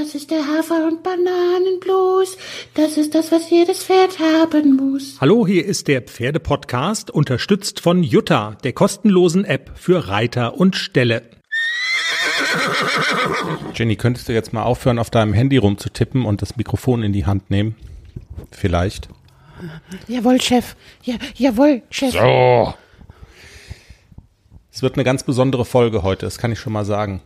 Das ist der Hafer- und Bananenblues. Das ist das, was jedes Pferd haben muss. Hallo, hier ist der Pferdepodcast, unterstützt von Jutta, der kostenlosen App für Reiter und Ställe. Jenny, könntest du jetzt mal aufhören, auf deinem Handy rumzutippen und das Mikrofon in die Hand nehmen? Vielleicht. Jawohl, Chef. Ja, jawohl, Chef. So. Es wird eine ganz besondere Folge heute, das kann ich schon mal sagen.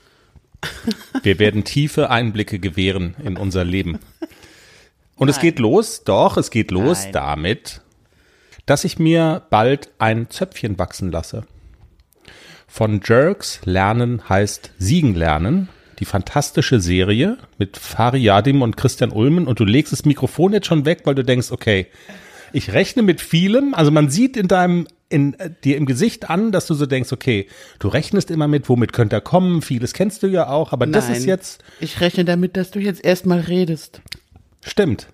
Wir werden tiefe Einblicke gewähren in unser Leben. Und es geht los, damit, dass ich mir bald ein Zöpfchen wachsen lasse. Von Jerks lernen heißt Siegen lernen. Die fantastische Serie mit Fari Yadim und Christian Ulmen. Und du legst das Mikrofon jetzt schon weg, weil du denkst, okay, ich rechne mit vielem. Also man sieht dir im Gesicht an, dass du so denkst, okay, du rechnest immer mit, womit könnte er kommen. Vieles kennst du ja auch, aber das ist jetzt... Ich rechne damit, dass du jetzt erstmal redest. Stimmt.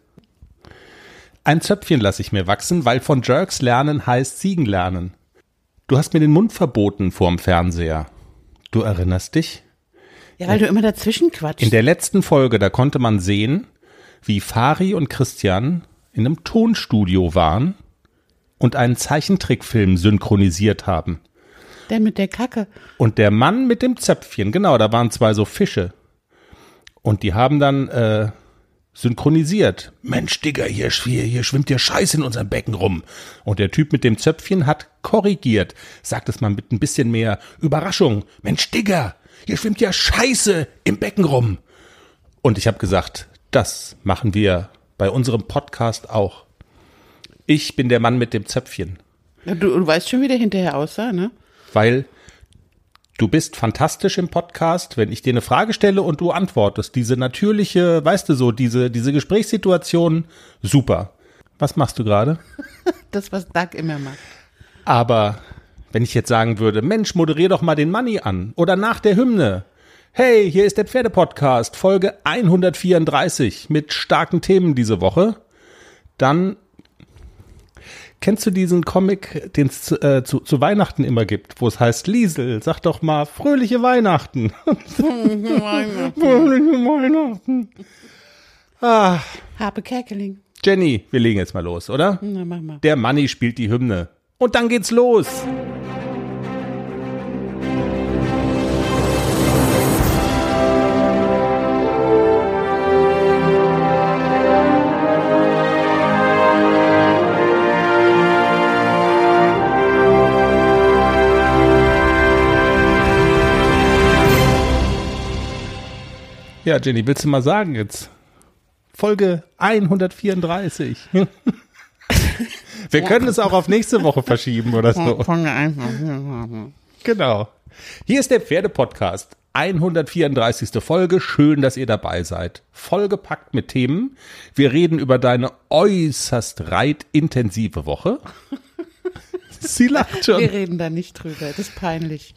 Ein Zöpfchen lasse ich mir wachsen, weil von Jerks lernen heißt Siegen lernen. Du hast mir den Mund verboten vorm Fernseher. Du erinnerst dich? Ja, weil du immer dazwischen quatschst. In der letzten Folge, da konnte man sehen, wie Fari und Christian in einem Tonstudio waren und einen Zeichentrickfilm synchronisiert haben. Der mit der Kacke. Und der Mann mit dem Zöpfchen, genau, da waren zwei so Fische. Und die haben dann synchronisiert. Mensch, Digga, hier schwimmt dir Scheiß in unserem Becken rum. Und der Typ mit dem Zöpfchen hat korrigiert. Sagt es mal mit ein bisschen mehr Überraschung. Mensch, Digga, hier schwimmt ja Scheiße im Becken rum. Und ich habe gesagt, das machen wir bei unserem Podcast auch. Ich bin der Mann mit dem Zöpfchen. Ja, du weißt schon, wie der hinterher aussah, ne? Weil du bist fantastisch im Podcast, wenn ich dir eine Frage stelle und du antwortest. Diese natürliche, weißt du so, diese Gesprächssituation, super. Was machst du gerade? Das, was Doug immer macht. Aber wenn ich jetzt sagen würde, Mensch, moderier doch mal den Manni an oder nach der Hymne. Hey, hier ist der Pferdepodcast, Folge 134 mit starken Themen diese Woche. Dann kennst du diesen Comic, den es zu Weihnachten immer gibt, wo es heißt, Liesel, sag doch mal, fröhliche Weihnachten. Fröhliche Weihnachten. Ah. Habe Kerkeling. Jenny, wir legen jetzt mal los, oder? Na, mach mal. Der Manni spielt die Hymne. Und dann geht's los. Ja, Jenny, willst du mal sagen jetzt? Folge 134. Wir können es auch auf nächste Woche verschieben oder so. Genau. Hier ist der Pferdepodcast. 134. Folge. Schön, dass ihr dabei seid. Vollgepackt mit Themen. Wir reden über deine äußerst reitintensive Woche. Sie lacht schon. Wir reden da nicht drüber. Das ist peinlich.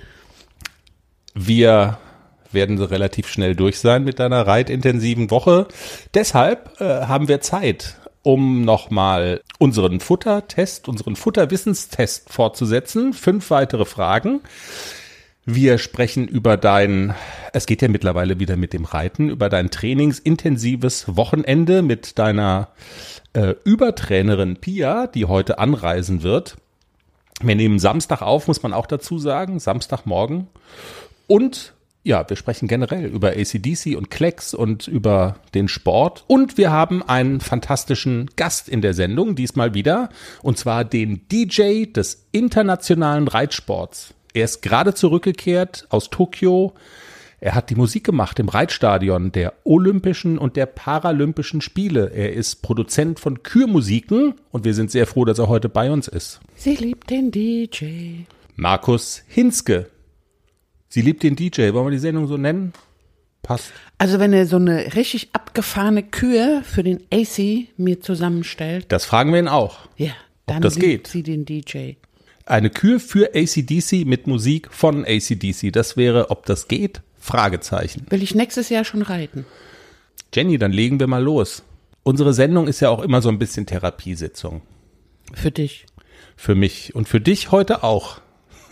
Wir werden so relativ schnell durch sein mit deiner reitintensiven Woche. Deshalb haben wir Zeit, um nochmal unseren Futterwissenstest fortzusetzen. 5 weitere Fragen. Wir sprechen über es geht ja mittlerweile wieder mit dem Reiten, über dein trainingsintensives Wochenende mit deiner Übertrainerin Pia, die heute anreisen wird. Wir nehmen Samstag auf, muss man auch dazu sagen, Samstagmorgen. Und ja, wir sprechen generell über AC/DC und Klecks und über den Sport. Und wir haben einen fantastischen Gast in der Sendung, diesmal wieder, und zwar den DJ des internationalen Reitsports. Er ist gerade zurückgekehrt aus Tokio. Er hat die Musik gemacht im Reitstadion der Olympischen und der Paralympischen Spiele. Er ist Produzent von Kürmusiken und wir sind sehr froh, dass er heute bei uns ist. Sie liebt den DJ. Markus Hinske. Sie liebt den DJ. Wollen wir die Sendung so nennen? Passt. Also wenn er so eine richtig abgefahrene Kür für den AC mir zusammenstellt. Das fragen wir ihn auch. Ja, dann das liebt geht. sie den DJ. Eine Kür für AC/DC mit Musik von AC/DC. Das wäre, ob das geht? Fragezeichen. Will ich nächstes Jahr schon reiten. Jenny, dann legen wir mal los. Unsere Sendung ist ja auch immer so ein bisschen Therapiesitzung. Für dich. Für mich und für dich heute auch.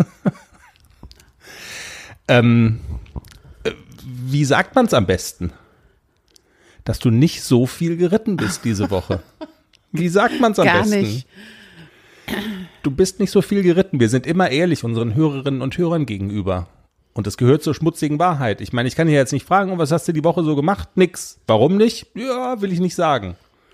Wie sagt man es am besten? dass du nicht so viel geritten bist diese Woche. Wie sagt man es am besten? Gar nicht. Du bist nicht so viel geritten. Wir sind immer ehrlich unseren Hörerinnen und Hörern gegenüber. Und das gehört zur schmutzigen Wahrheit. Ich meine, ich kann hier jetzt nicht fragen, was hast du die Woche so gemacht? Nix. Warum nicht? Ja, will ich nicht sagen.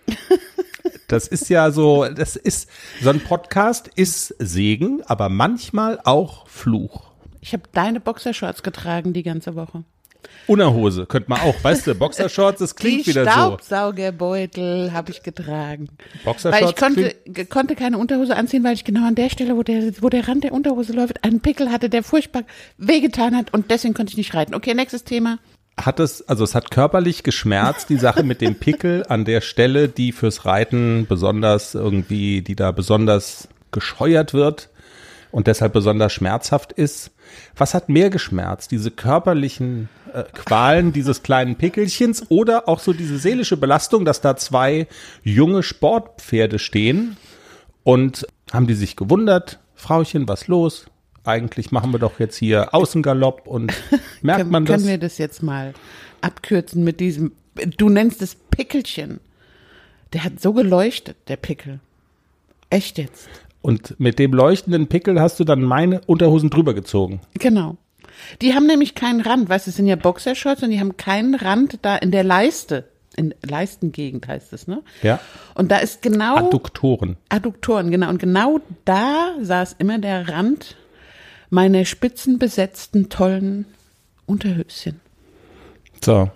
Das ist ja so ein Podcast ist Segen, aber manchmal auch Fluch. Ich habe deine Boxershorts getragen die ganze Woche. Unterhose, könnte man auch, weißt du, Boxershorts, das klingt die wieder so. Staubsaugerbeutel habe ich getragen. Boxershorts weil ich konnte keine Unterhose anziehen, weil ich genau an der Stelle, wo der Rand der Unterhose läuft, einen Pickel hatte, der furchtbar wehgetan hat und deswegen konnte ich nicht reiten. Okay, nächstes Thema. Es hat körperlich geschmerzt, die Sache mit dem Pickel an der Stelle, die fürs Reiten die da besonders gescheuert wird und deshalb besonders schmerzhaft ist. Was hat mehr geschmerzt? Diese körperlichen Qualen dieses kleinen Pickelchens oder auch so diese seelische Belastung, dass da 2 junge Sportpferde stehen und haben die sich gewundert, Frauchen, was los? Eigentlich machen wir doch jetzt hier Außengalopp und merkt man das? Können wir das jetzt mal abkürzen mit diesem, du nennst es Pickelchen. Der hat so geleuchtet, der Pickel. Echt jetzt. Und mit dem leuchtenden Pickel hast du dann meine Unterhosen drüber gezogen. Genau. Die haben nämlich keinen Rand, weißt du, es sind ja Boxershorts und die haben keinen Rand da in der Leiste. In Leistengegend heißt es, ne? Ja. Und da ist genau. Adduktoren, genau. Und genau da saß immer der Rand meiner spitzenbesetzten, tollen Unterhöschen. So.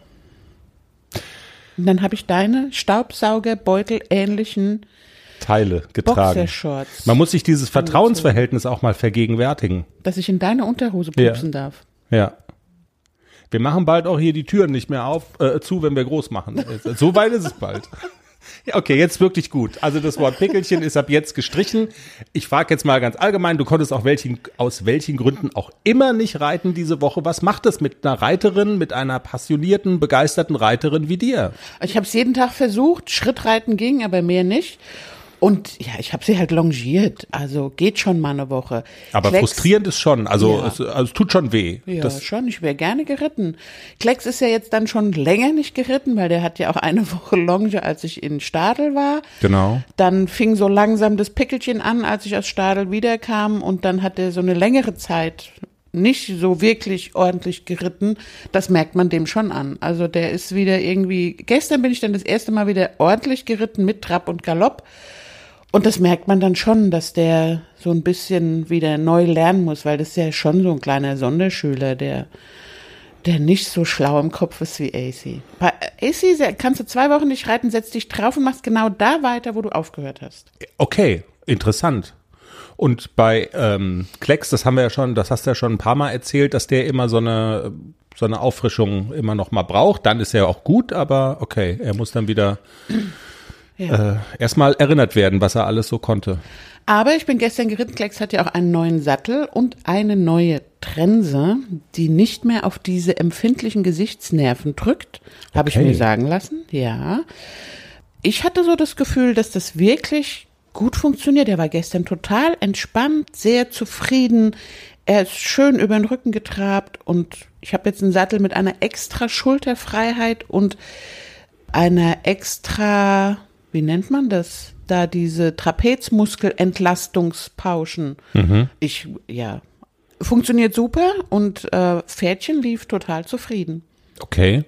Und dann habe ich deine Staubsaugerbeutel ähnlichen Teile getragen. Boxershorts. Man muss sich dieses Vertrauensverhältnis auch mal vergegenwärtigen. Dass ich in deine Unterhose pupsen darf. Ja. Wir machen bald auch hier die Türen nicht mehr zu, wenn wir groß machen. So weit ist es bald. Ja, okay, jetzt wirklich gut. Also das Wort Pickelchen ist ab jetzt gestrichen. Ich frage jetzt mal ganz allgemein, du konntest aus welchen Gründen auch immer nicht reiten diese Woche. Was macht das mit einer Reiterin, mit einer passionierten, begeisterten Reiterin wie dir? Ich habe es jeden Tag versucht, Schrittreiten ging, aber mehr nicht. Und ja, ich habe sie halt longiert, also geht schon mal eine Woche. Aber Klecks, frustrierend ist schon, also, ja. es tut schon weh. Ja, schon, ich wäre gerne geritten. Klecks ist ja jetzt dann schon länger nicht geritten, weil der hat ja auch eine Woche Longe, als ich in Stadel war. Genau. Dann fing so langsam das Pickelchen an, als ich aus Stadel wiederkam und dann hat er so eine längere Zeit nicht so wirklich ordentlich geritten. Das merkt man dem schon an. Also der ist wieder irgendwie, gestern bin ich dann das erste Mal wieder ordentlich geritten mit Trab und Galopp. Und das merkt man dann schon, dass der so ein bisschen wieder neu lernen muss, weil das ist ja schon so ein kleiner Sonderschüler, der nicht so schlau im Kopf ist wie AC. Bei AC kannst du 2 Wochen nicht reiten, setzt dich drauf und machst genau da weiter, wo du aufgehört hast. Okay, interessant. Und bei Klecks, das hast du ja schon ein paar Mal erzählt, dass der immer so eine Auffrischung immer noch mal braucht. Dann ist er auch gut, aber okay, er muss dann wieder erstmal erinnert werden, was er alles so konnte. Aber ich bin gestern geritten, Klecks hat ja auch einen neuen Sattel und eine neue Trense, die nicht mehr auf diese empfindlichen Gesichtsnerven drückt, habe ich mir sagen lassen, ja. Ich hatte so das Gefühl, dass das wirklich gut funktioniert. Er war gestern total entspannt, sehr zufrieden. Er ist schön über den Rücken getrabt und ich habe jetzt einen Sattel mit einer extra Schulterfreiheit und einer extra, wie nennt man das? Da diese Trapezmuskelentlastungspauschen. Funktioniert super und Pferdchen lief total zufrieden. Okay.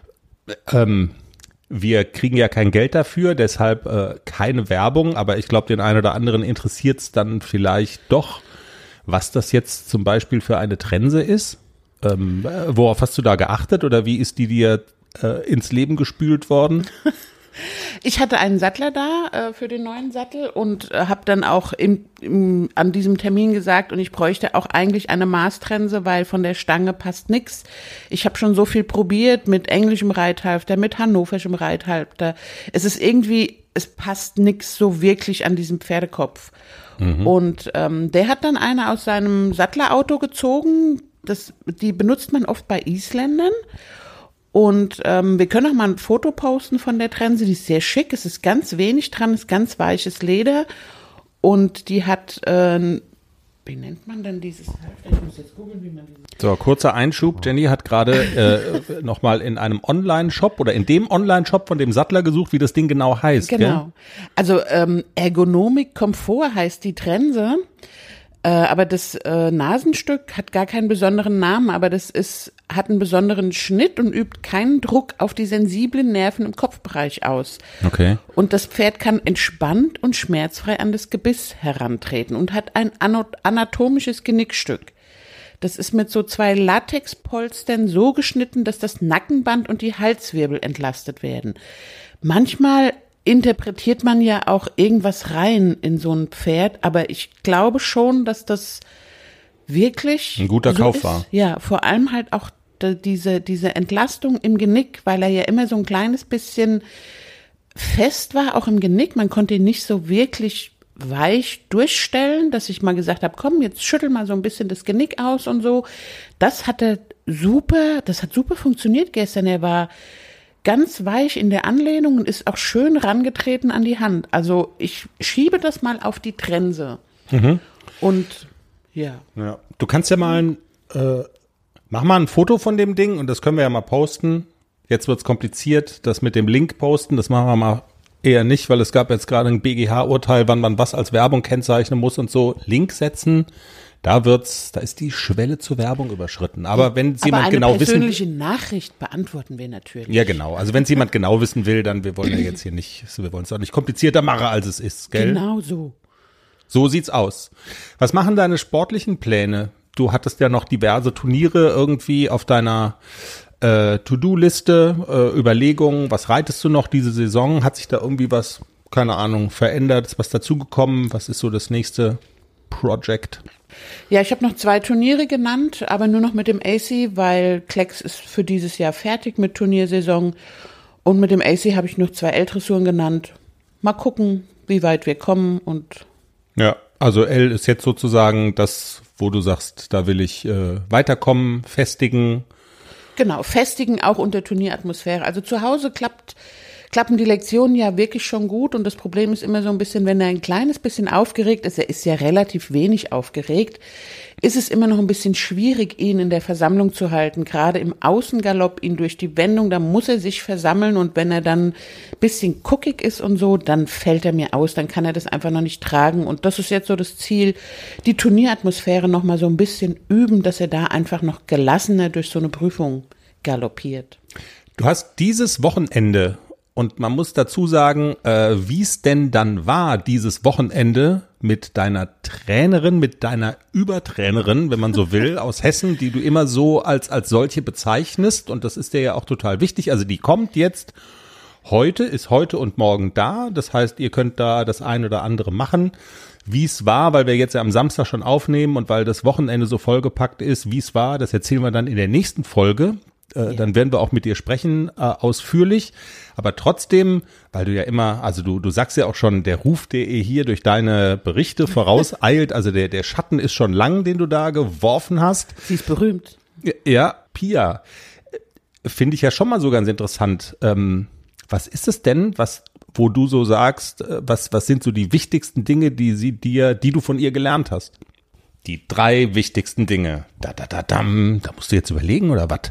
Wir kriegen ja kein Geld dafür, deshalb keine Werbung, aber ich glaube, den einen oder anderen interessiert es dann vielleicht doch, was das jetzt zum Beispiel für eine Trense ist. Worauf hast du da geachtet oder wie ist die dir ins Leben gespült worden? Ich hatte einen Sattler da für den neuen Sattel und habe dann auch an diesem Termin gesagt, und ich bräuchte auch eigentlich eine Maßtrense, weil von der Stange passt nix. Ich habe schon so viel probiert mit englischem Reithalfter, mit hannoverschem Reithalfter. Es passt nix so wirklich an diesem Pferdekopf. Und der hat dann eine aus seinem Sattlerauto gezogen. Die benutzt man oft bei Isländern. Und wir können auch mal ein Foto posten von der Trense, die ist sehr schick, es ist ganz wenig dran, es ist ganz weiches Leder und die hat Wie nennt man denn dieses Halfter? Ich muss jetzt googeln, wie man dieses... So, kurzer Einschub. Jenny hat gerade nochmal in einem Online-Shop oder in dem Online-Shop von dem Sattler gesucht, wie das Ding genau heißt. Genau. Gell? Also Ergonomik Komfort heißt die Trense. Aber das Nasenstück hat gar keinen besonderen Namen, aber hat einen besonderen Schnitt und übt keinen Druck auf die sensiblen Nerven im Kopfbereich aus. Okay. Und das Pferd kann entspannt und schmerzfrei an das Gebiss herantreten und hat ein anatomisches Genickstück. Das ist mit so 2 Latexpolstern so geschnitten, dass das Nackenband und die Halswirbel entlastet werden. Manchmal interpretiert man ja auch irgendwas rein in so ein Pferd, aber ich glaube schon, dass das wirklich ein guter so Kauf ist. war. Ja, vor allem halt auch diese Entlastung im Genick, weil er ja immer so ein kleines bisschen fest war, auch im Genick. Man konnte ihn nicht so wirklich weich durchstellen, dass ich mal gesagt habe, komm, jetzt schüttel mal so ein bisschen das Genick aus und so. Das hat super funktioniert gestern. Er war ganz weich in der Anlehnung und ist auch schön rangetreten an die Hand. Also ich schiebe das mal auf die Trense. Und ja. Du kannst ja mal mach mal ein Foto von dem Ding und das können wir ja mal posten. Jetzt wird's kompliziert, das mit dem Link posten, das machen wir mal eher nicht, weil es gab jetzt gerade ein BGH-Urteil, wann man was als Werbung kennzeichnen muss und so. Link setzen, da ist die Schwelle zur Werbung überschritten. Aber wenn es jemand genau wissen will. Eine persönliche Nachricht beantworten wir natürlich. Ja, genau. Also wenn es jemand genau wissen will, dann wir wollen ja jetzt hier nicht, wir wollen es auch nicht komplizierter machen, als es ist, gell? Genau so. So sieht's aus. Was machen deine sportlichen Pläne? Du hattest ja noch diverse Turniere irgendwie auf deiner To-Do-Liste, Überlegungen. Was reitest du noch diese Saison? Hat sich da irgendwie was, keine Ahnung, verändert? Ist was dazugekommen? Was ist so das nächste Project? Ja, ich habe noch 2 Turniere genannt, aber nur noch mit dem AC, weil Klecks ist für dieses Jahr fertig mit Turniersaison. Und mit dem AC habe ich noch 2 L-Dressuren genannt. Mal gucken, wie weit wir kommen und ja, also L ist jetzt sozusagen das, wo du sagst, da will ich weiterkommen, festigen. Genau, festigen auch unter Turnieratmosphäre. Also zu Hause klappen die Lektionen ja wirklich schon gut und das Problem ist immer so ein bisschen, wenn er ein kleines bisschen aufgeregt ist, er ist ja relativ wenig aufgeregt, ist es immer noch ein bisschen schwierig, ihn in der Versammlung zu halten. Gerade im Außengalopp, ihn durch die Wendung, da muss er sich versammeln und wenn er dann ein bisschen guckig ist und so, dann fällt er mir aus, dann kann er das einfach noch nicht tragen und das ist jetzt so das Ziel, die Turnieratmosphäre noch mal so ein bisschen üben, dass er da einfach noch gelassener durch so eine Prüfung galoppiert. Du hast dieses Wochenende, und man muss dazu sagen, wie es denn dann war, dieses Wochenende mit deiner Trainerin, mit deiner Übertrainerin, wenn man so will, aus Hessen, die du immer so als solche bezeichnest. Und das ist dir ja auch total wichtig. Also die kommt jetzt ist heute und morgen da. Das heißt, ihr könnt da das ein oder andere machen. Wie es war, weil wir jetzt ja am Samstag schon aufnehmen und weil das Wochenende so vollgepackt ist, wie es war, das erzählen wir dann in der nächsten Folge. Dann werden wir auch mit dir sprechen, ausführlich. Aber trotzdem, weil du ja immer, also du sagst ja auch schon, der Ruf, der hier durch deine Berichte vorauseilt, also der Schatten ist schon lang, den du da geworfen hast. Sie ist berühmt. Ja, Pia, finde ich ja schon mal so ganz interessant. Was ist es denn, wo du so sagst, was sind so die wichtigsten Dinge, die du von ihr gelernt hast? Die 3 wichtigsten Dinge. Da musst du jetzt überlegen, oder was?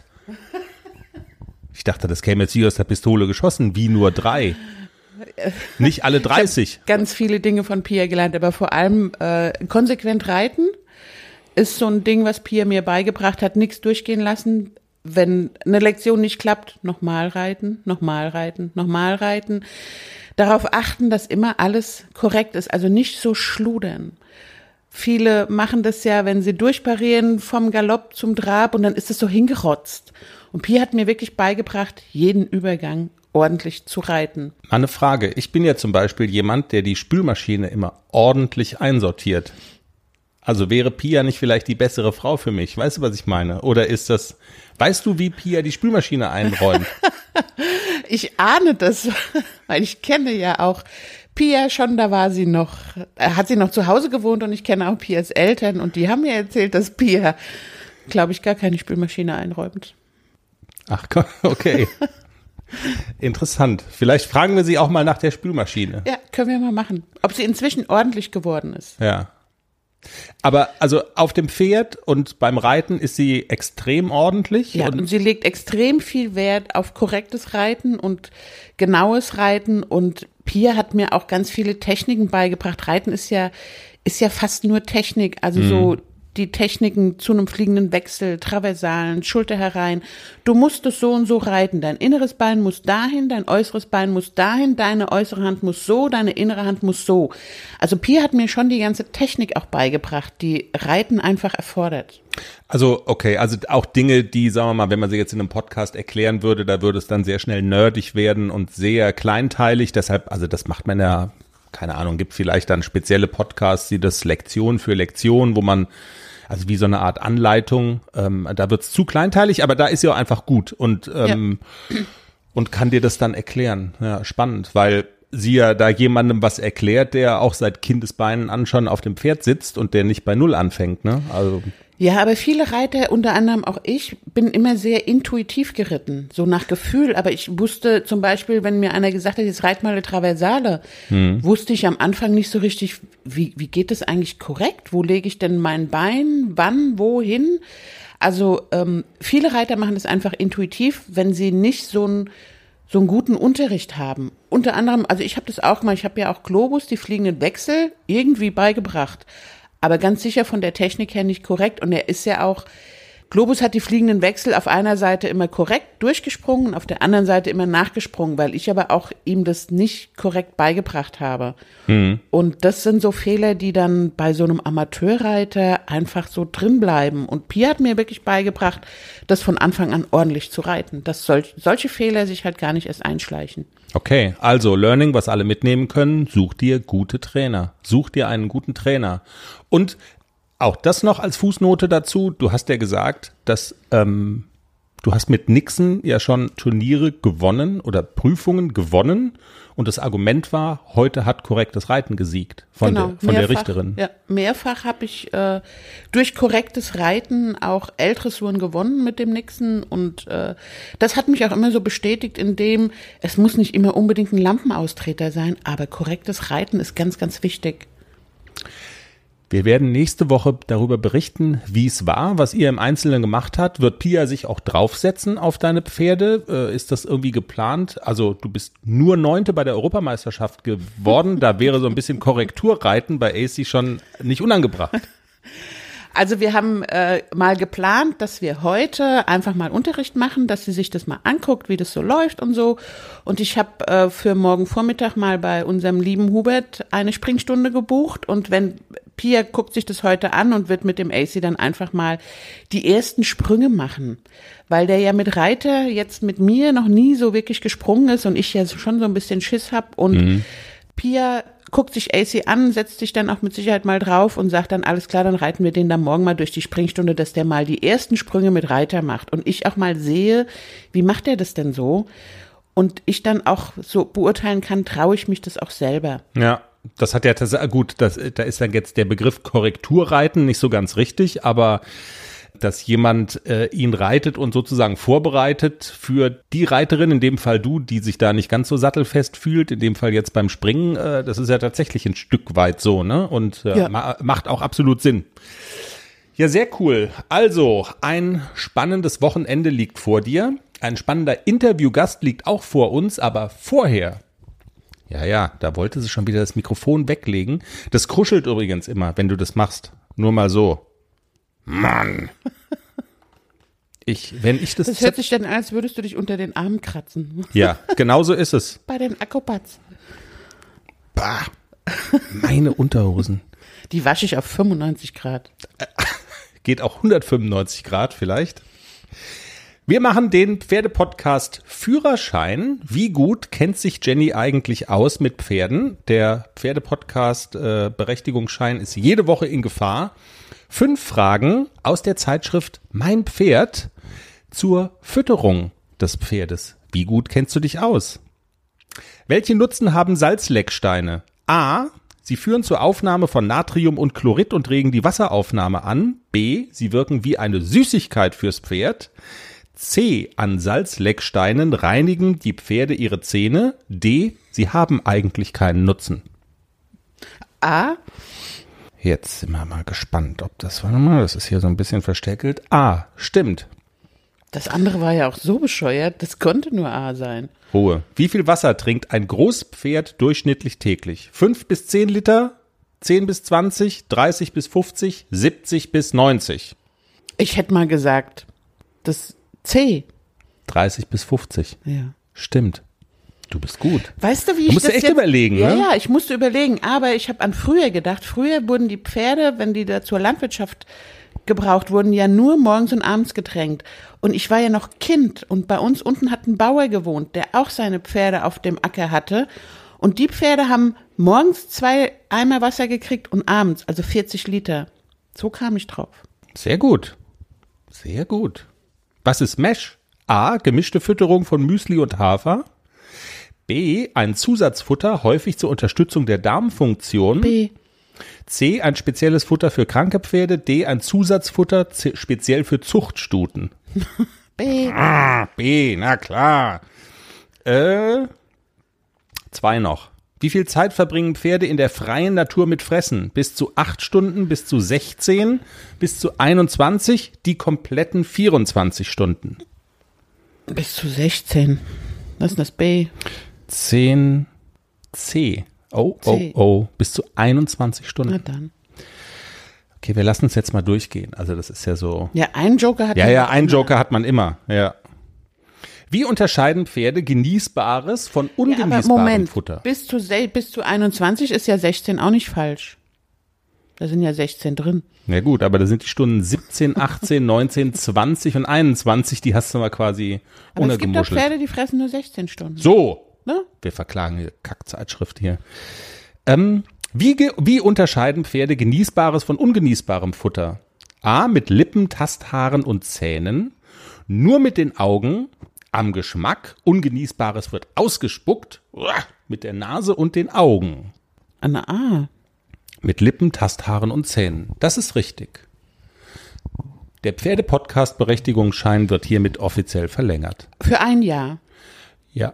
Ich dachte, das käme jetzt hier aus der Pistole geschossen. Wie nur 3? Nicht alle 30. Ich habe ganz viele Dinge von Pia gelernt, aber vor allem konsequent reiten ist so ein Ding, was Pia mir beigebracht hat. Nichts durchgehen lassen. Wenn eine Lektion nicht klappt, nochmal reiten, nochmal reiten, nochmal reiten. Darauf achten, dass immer alles korrekt ist, also nicht so schludern. Viele machen das ja, wenn sie durchparieren vom Galopp zum Trab und dann ist es so hingerotzt. Und Pia hat mir wirklich beigebracht, jeden Übergang ordentlich zu reiten. Eine Frage. Ich bin ja zum Beispiel jemand, der die Spülmaschine immer ordentlich einsortiert. Also wäre Pia nicht vielleicht die bessere Frau für mich? Weißt du, was ich meine? Oder weißt du, wie Pia die Spülmaschine einräumt? Ich ahne das, weil ich kenne ja auch Pia schon, hat sie noch zu Hause gewohnt und ich kenne auch Pias Eltern und die haben mir erzählt, dass Pia, glaube ich, gar keine Spülmaschine einräumt. Ach, okay. Interessant. Vielleicht fragen wir sie auch mal nach der Spülmaschine. Ja, können wir mal machen. Ob sie inzwischen ordentlich geworden ist. Ja. Aber also auf dem Pferd und beim Reiten ist sie extrem ordentlich. Ja, und sie legt extrem viel Wert auf korrektes Reiten und genaues Reiten. Und Pia hat mir auch ganz viele Techniken beigebracht. Reiten ist ja fast nur Technik, also so die Techniken zu einem fliegenden Wechsel, Traversalen, Schulter herein. Du musst es so und so reiten. Dein inneres Bein muss dahin, dein äußeres Bein muss dahin, deine äußere Hand muss so, deine innere Hand muss so. Also Pia hat mir schon die ganze Technik auch beigebracht, die Reiten einfach erfordert. Also okay, also auch Dinge, die, sagen wir mal, wenn man sie jetzt in einem Podcast erklären würde, da würde es dann sehr schnell nerdig werden und sehr kleinteilig. Deshalb, also das macht man ja, keine Ahnung, gibt vielleicht dann spezielle Podcasts, die das Lektion für Lektion, wo man also wie so eine Art Anleitung, da wird's zu kleinteilig, aber da ist sie auch einfach gut und kann dir das dann erklären. Ja, spannend, weil sie ja da jemandem was erklärt, der auch seit Kindesbeinen an schon auf dem Pferd sitzt und der nicht bei Null anfängt, ne? Also ja, aber viele Reiter, unter anderem auch ich, bin immer sehr intuitiv geritten, so nach Gefühl. Aber ich wusste zum Beispiel, wenn mir einer gesagt hat, jetzt reit mal eine Traversale, wusste ich am Anfang nicht so richtig, wie geht das eigentlich korrekt? Wo lege ich denn mein Bein? Wann? Wohin? Also viele Reiter machen das einfach intuitiv, wenn sie nicht so einen guten Unterricht haben. Unter anderem, also ich habe das auch mal, ich habe ja auch Globus, die fliegenden Wechsel, irgendwie beigebracht. Aber ganz sicher von der Technik her nicht korrekt. Und er ist ja auch, Globus hat die fliegenden Wechsel auf einer Seite immer korrekt durchgesprungen, auf der anderen Seite immer nachgesprungen, weil ich aber auch ihm das nicht korrekt beigebracht habe. Und das sind so Fehler, die dann bei so einem Amateurreiter einfach so drin bleiben. Und Pia hat mir wirklich beigebracht, das von Anfang an ordentlich zu reiten, dass solche Fehler sich halt gar nicht erst einschleichen. okay, also Learning, was alle mitnehmen können, such dir gute Trainer. Such dir einen guten Trainer. Und auch das noch als Fußnote dazu, du hast ja gesagt, dass du hast mit Nixon ja schon Turniere gewonnen oder Prüfungen gewonnen und das Argument war, heute hat korrektes Reiten gesiegt von der Richterin. Ja, mehrfach habe ich durch korrektes Reiten auch L-Dressuren gewonnen mit dem Nixon und das hat mich auch immer so bestätigt, indem es muss nicht immer unbedingt ein Lampenaustreter sein, aber korrektes Reiten ist ganz, ganz wichtig. Wir werden nächste Woche darüber berichten, wie es war, was ihr im Einzelnen gemacht habt. Wird Pia sich auch draufsetzen auf deine Pferde? Ist das irgendwie geplant? Also du bist nur 9. bei der Europameisterschaft geworden. Da wäre so ein bisschen Korrekturreiten bei AC schon nicht unangebracht. Also wir haben mal geplant, dass wir heute einfach mal Unterricht machen, dass sie sich das mal anguckt, wie das so läuft und so. Und ich habe für morgen Vormittag mal bei unserem lieben Hubert eine Springstunde gebucht. Und wenn Pia guckt sich das heute an und wird mit dem AC dann einfach mal die ersten Sprünge machen. Weil der ja mit Reiter jetzt mit mir noch nie so wirklich gesprungen ist und ich ja schon so ein bisschen Schiss hab. Und Pia guckt sich AC an, setzt sich dann auch mit Sicherheit mal drauf und sagt dann, alles klar, dann reiten wir den dann morgen mal durch die Springstunde, dass der mal die ersten Sprünge mit Reiter macht. Und ich auch mal sehe, wie macht er das denn so? Und ich dann auch so beurteilen kann, traue ich mich das auch selber. Ja, das hat ja, gut, da ist dann jetzt der Begriff Korrekturreiten nicht so ganz richtig, aber dass jemand ihn reitet und sozusagen vorbereitet für die Reiterin, in dem Fall du, die sich da nicht ganz so sattelfest fühlt, in dem Fall jetzt beim Springen, das ist ja tatsächlich ein Stück weit so, ne? Und macht auch absolut Sinn. Ja, sehr cool. Also, ein spannendes Wochenende liegt vor dir. Ein spannender Interviewgast liegt auch vor uns, aber vorher, ja, da wollte sie schon wieder das Mikrofon weglegen. Das kruschelt übrigens immer, wenn du das machst. Nur mal so. Mann. Das hört sich dann an, als würdest du dich unter den Armen kratzen. Ja, genau so ist es. Bei den Akkupats. Bah, meine Unterhosen. Die wasche ich auf 95 Grad. Geht auch 195 Grad vielleicht. Wir machen den Pferdepodcast Führerschein. Wie gut kennt sich Jenny eigentlich aus mit Pferden? Der Pferdepodcast Berechtigungsschein ist jede Woche in Gefahr. 5 Fragen aus der Zeitschrift Mein Pferd zur Fütterung des Pferdes. Wie gut kennst du dich aus? Welche Nutzen haben Salzlecksteine? A. Sie führen zur Aufnahme von Natrium und Chlorid und regen die Wasseraufnahme an. B. Sie wirken wie eine Süßigkeit fürs Pferd. C. An Salzlecksteinen reinigen die Pferde ihre Zähne. D. Sie haben eigentlich keinen Nutzen. A. Jetzt sind wir mal gespannt, ob das, warte mal, das ist hier so ein bisschen versteckelt. A, stimmt. Das andere war ja auch so bescheuert, das konnte nur A sein. Ruhe. Wie viel Wasser trinkt ein Großpferd durchschnittlich täglich? 5 bis 10 Liter, 10 bis 20, 30 bis 50, 70 bis 90. Ich hätte mal gesagt, das C. 30 bis 50. Ja. Stimmt. Du bist gut. Weißt du, wie Du ich musst das echt jetzt, überlegen, ja, ne? Ja, ich musste überlegen, aber ich habe an früher gedacht. Früher wurden die Pferde, wenn die da zur Landwirtschaft gebraucht wurden, ja nur morgens und abends getränkt. Und ich war ja noch Kind und bei uns unten hat ein Bauer gewohnt, der auch seine Pferde auf dem Acker hatte. Und die Pferde haben morgens 2 Eimer Wasser gekriegt und abends, also 40 Liter. So kam ich drauf. Sehr gut. Sehr gut. Was ist Mesh? A, gemischte Fütterung von Müsli und Hafer. B, ein Zusatzfutter, häufig zur Unterstützung der Darmfunktion. B. C, ein spezielles Futter für kranke Pferde. D, ein Zusatzfutter speziell für Zuchtstuten. B. B, na klar. 2 noch. Wie viel Zeit verbringen Pferde in der freien Natur mit Fressen? Bis zu 8 Stunden, bis zu 16, bis zu 21, die kompletten 24 Stunden. Bis zu 16. Was ist das B? 10 C. C. Bis zu 21 Stunden. Na dann. Okay, wir lassen uns jetzt mal durchgehen. Also das ist ja so. Ja, einen Joker hat man Ja, auch einen immer. Joker hat man immer. Ja. Wie unterscheiden Pferde genießbares von Ja, aber ungenießbarem Moment, Futter? bis zu 21 ist ja 16 auch nicht falsch. Da sind ja 16 drin. Ja gut, aber da sind die Stunden 17, 18, 19, 20 und 21, die hast du mal quasi Aber es gibt doch untergemuschelt. Pferde, die fressen nur 16 Stunden. So, Ne? wir verklagen die Kackzeitschrift hier. Wie unterscheiden Pferde genießbares von ungenießbarem Futter? A, mit Lippen, Tasthaaren und Zähnen, nur mit den Augen, am Geschmack, ungenießbares wird ausgespuckt, mit der Nase und den Augen. Eine A. Mit Lippen, Tasthaaren und Zähnen. Das ist richtig. Der Pferde-Podcast-Berechtigungsschein wird hiermit offiziell verlängert. Für ein Jahr. Ja.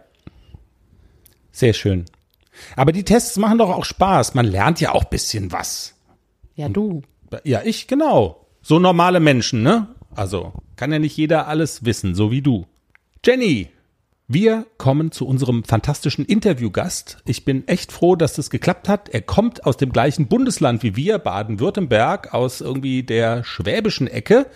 Sehr schön. Aber die Tests machen doch auch Spaß. Man lernt ja auch ein bisschen was. Ja, du. Ja, ich, genau. So normale Menschen, ne? Also, kann ja nicht jeder alles wissen, so wie du. Jenny, wir kommen zu unserem fantastischen Interviewgast. Ich bin echt froh, dass das geklappt hat. Er kommt aus dem gleichen Bundesland wie wir, Baden-Württemberg, aus irgendwie der schwäbischen Ecke.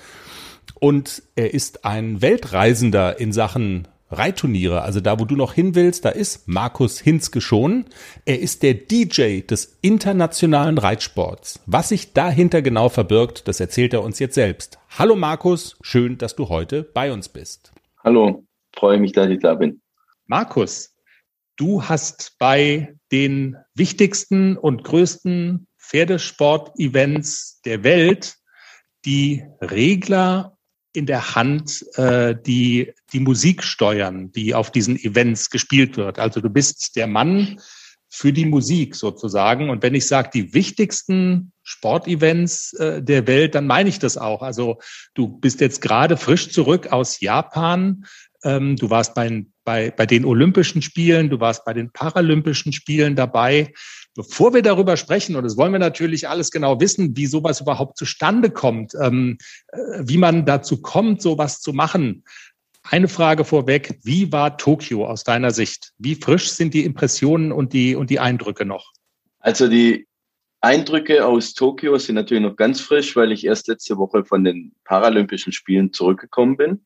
Und er ist ein Weltreisender in Sachen Reitturniere. Also da, wo du noch hin willst, da ist Markus Hinzke schon. Er ist der DJ des internationalen Reitsports. Was sich dahinter genau verbirgt, das erzählt er uns jetzt selbst. Hallo Markus, schön, dass du heute bei uns bist. Hallo, freue mich, dass ich da bin. Markus, du hast bei den wichtigsten und größten Pferdesport-Events der Welt die Regler in der Hand, die Musik steuern, die auf diesen Events gespielt wird. Also du bist der Mann für die Musik sozusagen. Und wenn ich sage, die wichtigsten Sportevents der Welt, dann meine ich das auch. Also du bist jetzt gerade frisch zurück aus Japan. Du warst bei den Olympischen Spielen, du warst bei den Paralympischen Spielen dabei. Bevor wir darüber sprechen, und das wollen wir natürlich alles genau wissen, wie sowas überhaupt zustande kommt, wie man dazu kommt, sowas zu machen. Eine Frage vorweg, wie war Tokio aus deiner Sicht? Wie frisch sind die Impressionen und die Eindrücke noch? Also die Eindrücke aus Tokio sind natürlich noch ganz frisch, weil ich erst letzte Woche von den Paralympischen Spielen zurückgekommen bin.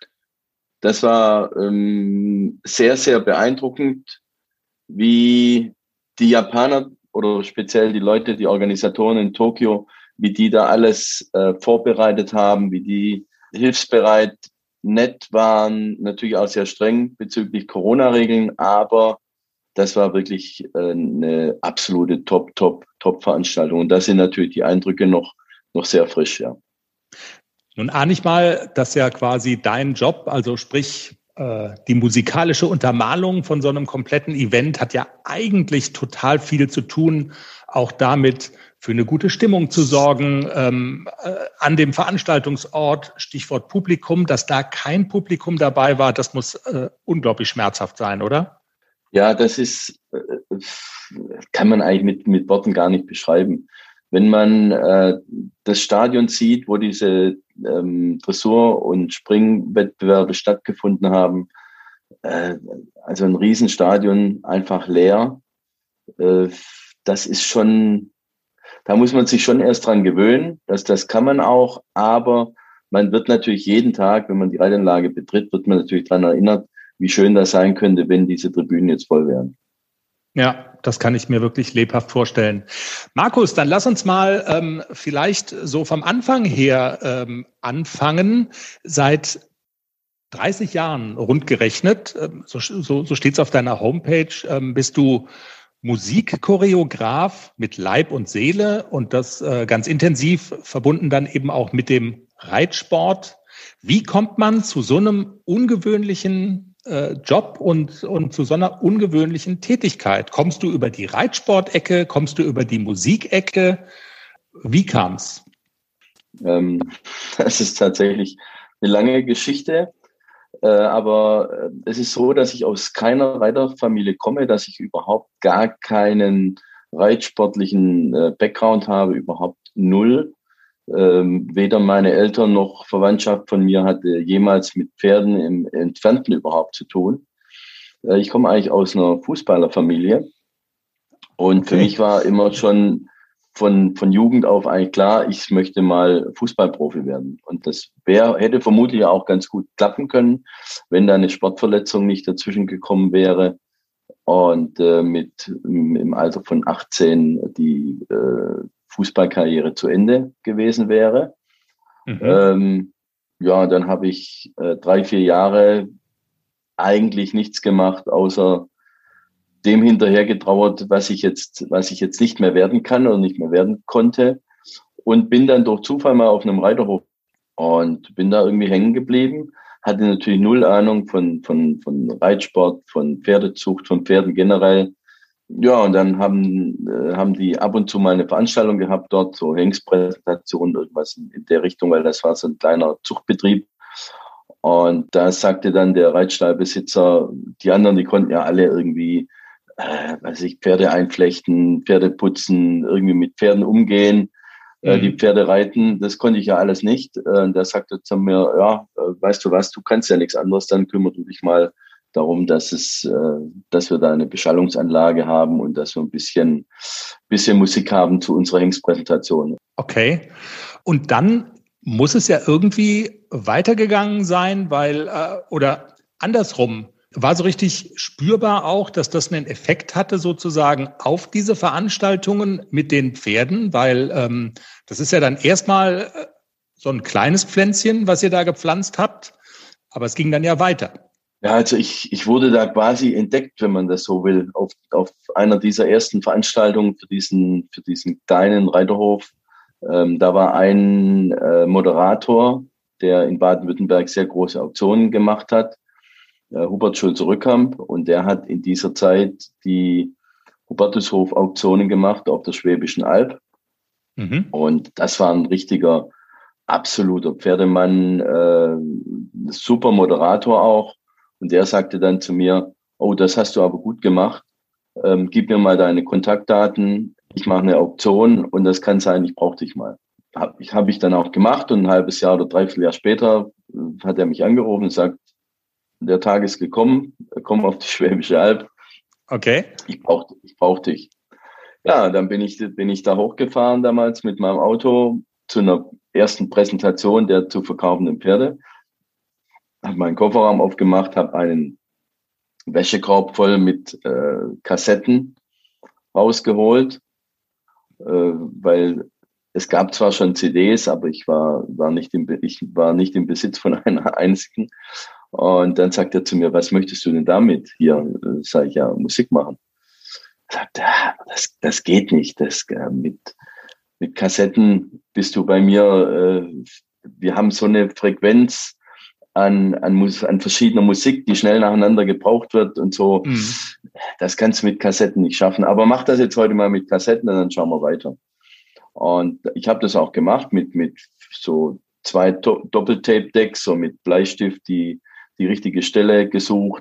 Das war sehr, sehr beeindruckend, wie die Japaner oder speziell die Leute, die Organisatoren in Tokio, wie die da alles vorbereitet haben, wie die hilfsbereit, nett waren, natürlich auch sehr streng bezüglich Corona-Regeln, aber das war wirklich eine absolute Top-Veranstaltung. Und da sind natürlich die Eindrücke noch sehr frisch, ja. Nun ahne ich mal, dass ja quasi dein Job, also sprich die musikalische Untermalung von so einem kompletten Event hat ja eigentlich total viel zu tun, auch damit für eine gute Stimmung zu sorgen, an dem Veranstaltungsort, Stichwort Publikum, dass da kein Publikum dabei war, das muss unglaublich schmerzhaft sein, oder? Ja, das ist, kann man eigentlich mit Worten gar nicht beschreiben. wenn man das Stadion sieht, wo diese Dressur- und Springwettbewerbe stattgefunden haben, also ein Riesenstadion einfach leer, das ist schon, da muss man sich schon erst dran gewöhnen, das kann man auch, aber man wird natürlich jeden Tag, wenn man die Reitanlage betritt, wird man natürlich daran erinnert, wie schön das sein könnte, wenn diese Tribünen jetzt voll wären. Ja, das kann ich mir wirklich lebhaft vorstellen. Markus, dann lass uns mal vielleicht so vom Anfang her anfangen. Seit 30 Jahren rund gerechnet, so steht es auf deiner Homepage, bist du Musikchoreograf mit Leib und Seele und das ganz intensiv verbunden dann eben auch mit dem Reitsport. Wie kommt man zu so einem ungewöhnlichen Job und zu so einer ungewöhnlichen Tätigkeit? Kommst du über die Reitsportecke? Kommst du über die Musikecke? Wie kam's? Das ist tatsächlich eine lange Geschichte. Aber es ist so, dass ich aus keiner Reiterfamilie komme, dass ich überhaupt gar keinen reitsportlichen Background habe, überhaupt null. Weder meine Eltern noch Verwandtschaft von mir hatte jemals mit Pferden im Entfernten überhaupt zu tun. Ich komme eigentlich aus einer Fußballerfamilie und für mich war immer schon von Jugend auf eigentlich klar, ich möchte mal Fußballprofi werden. Und das hätte vermutlich auch ganz gut klappen können, wenn da eine Sportverletzung nicht dazwischen gekommen wäre und im Alter von 18 die Fußballkarriere zu Ende gewesen wäre. Dann habe ich 3-4 Jahre eigentlich nichts gemacht, außer dem hinterhergetrauert, was ich jetzt nicht mehr werden kann oder nicht mehr werden konnte. Und bin dann durch Zufall mal auf einem Reiterhof und bin da irgendwie hängen geblieben. Hatte natürlich null Ahnung von Reitsport, von Pferdezucht, von Pferden generell. Ja, und dann haben die ab und zu mal eine Veranstaltung gehabt dort, so Hengstpräsentationen, irgendwas in der Richtung, weil das war so ein kleiner Zuchtbetrieb. Und da sagte dann der Reitstallbesitzer, die anderen, die konnten ja alle irgendwie, Pferde einflechten, Pferde putzen, irgendwie mit Pferden umgehen, die Pferde reiten, das konnte ich ja alles nicht. Und da sagte zu mir, ja, weißt du was, du kannst ja nichts anderes, dann kümmerst du dich mal darum, dass wir da eine Beschallungsanlage haben und dass wir ein bisschen Musik haben zu unserer Hengstpräsentation. Okay. Und dann muss es ja irgendwie weitergegangen sein, oder andersrum, war so richtig spürbar auch, dass das einen Effekt hatte sozusagen auf diese Veranstaltungen mit den Pferden, weil das ist ja dann erstmal so ein kleines Pflänzchen, was ihr da gepflanzt habt, aber es ging dann ja weiter. Ja, also ich wurde da quasi entdeckt, wenn man das so will, auf einer dieser ersten Veranstaltungen für diesen kleinen Reiterhof. Da war ein Moderator, der in Baden-Württemberg sehr große Auktionen gemacht hat, Hubert Schulze-Rückkamp, und der hat in dieser Zeit die Hubertushof-Auktionen gemacht auf der Schwäbischen Alb. Und das war ein richtiger, absoluter Pferdemann, super Moderator auch. Und der sagte dann zu mir, oh, das hast du aber gut gemacht. Gib mir mal deine Kontaktdaten. Ich mache eine Auktion und das kann sein, ich brauche dich mal. Hab ich dann auch gemacht und ein halbes Jahr oder 3/4 Jahr später hat er mich angerufen und sagt, der Tag ist gekommen, komm auf die Schwäbische Alb. Okay. Ich brauch dich. Ja, dann bin ich da hochgefahren damals mit meinem Auto zu einer ersten Präsentation der zu verkaufenden Pferde. Habe meinen Kofferraum aufgemacht, habe einen Wäschekorb voll mit Kassetten rausgeholt, weil es gab zwar schon CDs, aber ich war nicht im Besitz von einer einzigen. Und dann sagt er zu mir, was möchtest du denn damit? Hier, sage ich, ja, Musik machen. Sagt er, das geht nicht. Mit Kassetten bist du bei mir. Wir haben so eine Frequenz an verschiedener Musik, die schnell nacheinander gebraucht wird und so. Das kannst du mit Kassetten nicht schaffen. Aber mach das jetzt heute mal mit Kassetten und dann schauen wir weiter. Und ich habe das auch gemacht mit so 2 Doppeltape-Decks, so mit Bleistift, die richtige Stelle gesucht,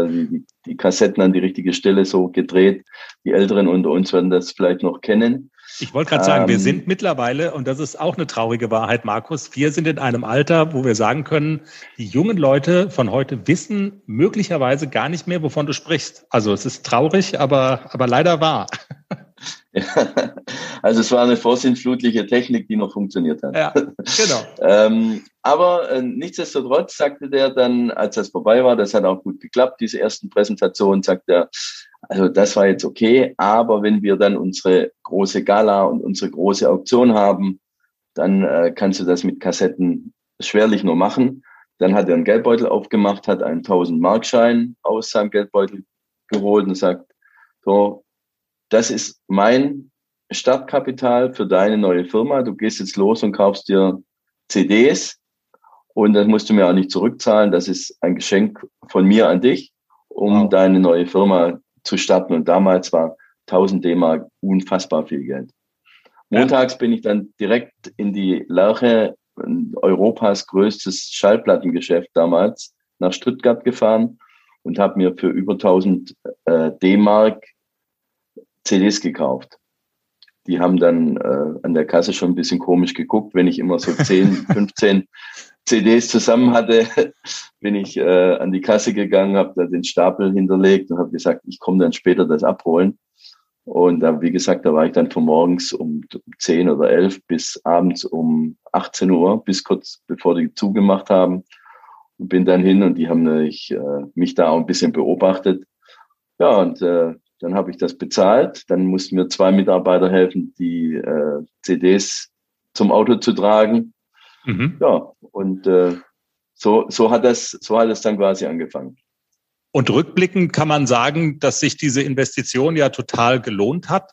die Kassetten an die richtige Stelle so gedreht. Die Älteren unter uns werden das vielleicht noch kennen. Ich wollte gerade sagen, wir sind mittlerweile, und das ist auch eine traurige Wahrheit, Markus, wir sind in einem Alter, wo wir sagen können, die jungen Leute von heute wissen möglicherweise gar nicht mehr, wovon du sprichst. Also es ist traurig, aber leider wahr. Ja, also es war eine vorsinnflutliche Technik, die noch funktioniert hat. Ja, genau. Aber nichtsdestotrotz sagte der dann, als das vorbei war, das hat auch gut geklappt, diese ersten Präsentationen, sagt er, also das war jetzt okay, aber wenn wir dann unsere große Gala und unsere große Auktion haben, dann kannst du das mit Kassetten schwerlich nur machen. Dann hat er einen Geldbeutel aufgemacht, hat einen 1000-Markschein aus seinem Geldbeutel geholt und sagt, so, das ist mein Startkapital für deine neue Firma. Du gehst jetzt los und kaufst dir CDs und das musst du mir auch nicht zurückzahlen. Das ist ein Geschenk von mir an dich, um deine neue Firma zu starten. Und damals war 1000 D-Mark unfassbar viel Geld. Montags bin ich dann direkt in die Lerche, Europas größtes Schallplattengeschäft damals, nach Stuttgart gefahren und habe mir für über 1000 D-Mark CDs gekauft. Die haben dann an der Kasse schon ein bisschen komisch geguckt, wenn ich immer so 10, 15 CDs zusammen hatte, bin ich an die Kasse gegangen, habe da den Stapel hinterlegt und habe gesagt, ich komme dann später das abholen. Und wie gesagt, da war ich dann von morgens um 10 oder 11 bis abends um 18 Uhr, bis kurz bevor die zugemacht haben. Und bin dann hin und die haben mich da auch ein bisschen beobachtet. Ja, und dann habe ich das bezahlt. Dann mussten mir 2 Mitarbeiter helfen, die CDs zum Auto zu tragen. Mhm. Ja, und so hat es dann quasi angefangen. Und rückblickend kann man sagen, dass sich diese Investition ja total gelohnt hat.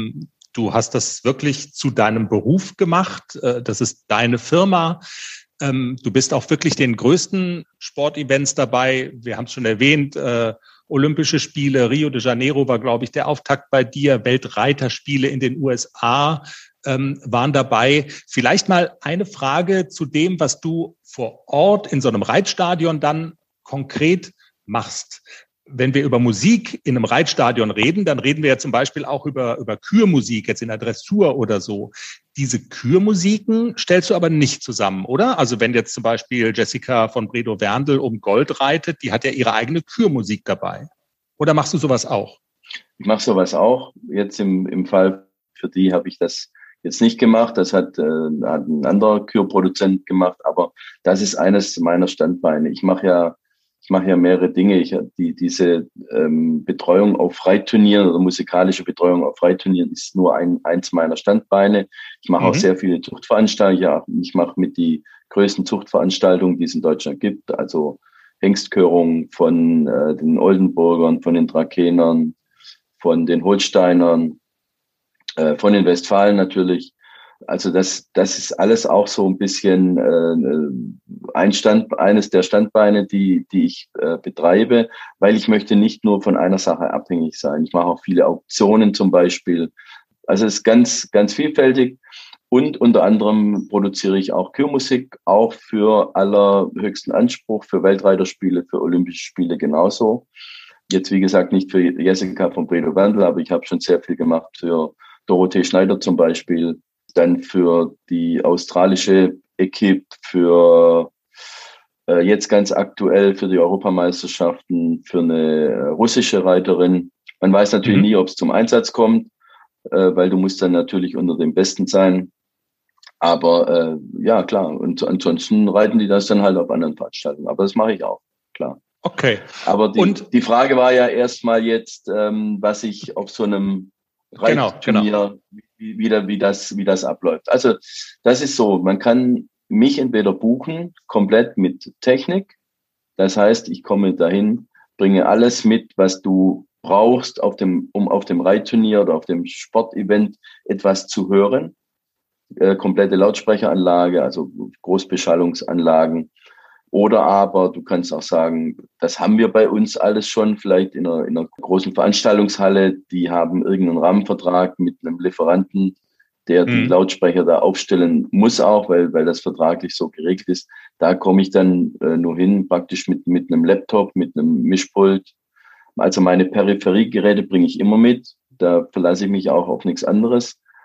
Du hast das wirklich zu deinem Beruf gemacht. Das ist deine Firma. Du bist auch wirklich den größten Sportevents dabei. Wir haben es schon erwähnt, Olympische Spiele, Rio de Janeiro war, glaube ich, der Auftakt bei dir. Weltreiterspiele in den USA waren dabei. Vielleicht mal eine Frage zu dem, was du vor Ort in so einem Reitstadion dann konkret machst. Wenn wir über Musik in einem Reitstadion reden, dann reden wir ja zum Beispiel auch über Kürmusik, jetzt in der Dressur oder so. Diese Kürmusiken stellst du aber nicht zusammen, oder? Also wenn jetzt zum Beispiel Jessica von Bredow-Werndl um Gold reitet, die hat ja ihre eigene Kürmusik dabei. Oder machst du sowas auch? Ich mache sowas auch. Jetzt im Fall für die habe ich das jetzt nicht gemacht. Das hat ein anderer Kürproduzent gemacht. Aber das ist eines meiner Standbeine. Ich mache ja mehrere Dinge. Diese Betreuung auf Freiturnieren oder musikalische Betreuung auf Freiturnieren ist nur eins meiner Standbeine. Ich mache auch sehr viele Zuchtveranstaltungen. Ja, ich mache mit die größten Zuchtveranstaltungen, die es in Deutschland gibt. Also Hengstkörung von den Oldenburgern, von den Trakenern, von den Holsteinern, von den Westfalen natürlich. Also das ist alles auch so ein bisschen eines der Standbeine, die ich betreibe, weil ich möchte nicht nur von einer Sache abhängig sein. Ich mache auch viele Auktionen zum Beispiel. Also es ist ganz, ganz vielfältig. Und unter anderem produziere ich auch Kürmusik, auch für allerhöchsten Anspruch, für Weltreiterspiele, für Olympische Spiele genauso. Jetzt, wie gesagt, nicht für Jessica von Bredow-Werndl, aber ich habe schon sehr viel gemacht für Dorothee Schneider zum Beispiel, dann für die australische Equipe, für jetzt ganz aktuell für die Europameisterschaften, für eine russische Reiterin. Man weiß natürlich nie, ob es zum Einsatz kommt, weil du musst dann natürlich unter den Besten sein. Aber ja, klar. Und ansonsten reiten die das dann halt auf anderen Veranstaltungen. Aber das mache ich auch, klar. Okay. Aber die Frage war ja erstmal jetzt, was ich auf so einem Reitturnier, wie das abläuft. Also das ist so, man kann mich entweder buchen, komplett mit Technik. Das heißt, ich komme dahin, bringe alles mit, was du brauchst, um auf dem Reitturnier oder auf dem Sportevent etwas zu hören. Komplette Lautsprecheranlage, also Großbeschallungsanlagen. Oder aber du kannst auch sagen, das haben wir bei uns alles schon, vielleicht in einer großen Veranstaltungshalle, die haben irgendeinen Rahmenvertrag mit einem Lieferanten, der die Lautsprecher da aufstellen muss auch, weil das vertraglich so geregelt ist. Da komme ich dann nur hin, praktisch mit einem Laptop, mit einem Mischpult. Also meine Peripheriegeräte bringe ich immer mit. Da verlasse ich mich auch auf nichts anderes.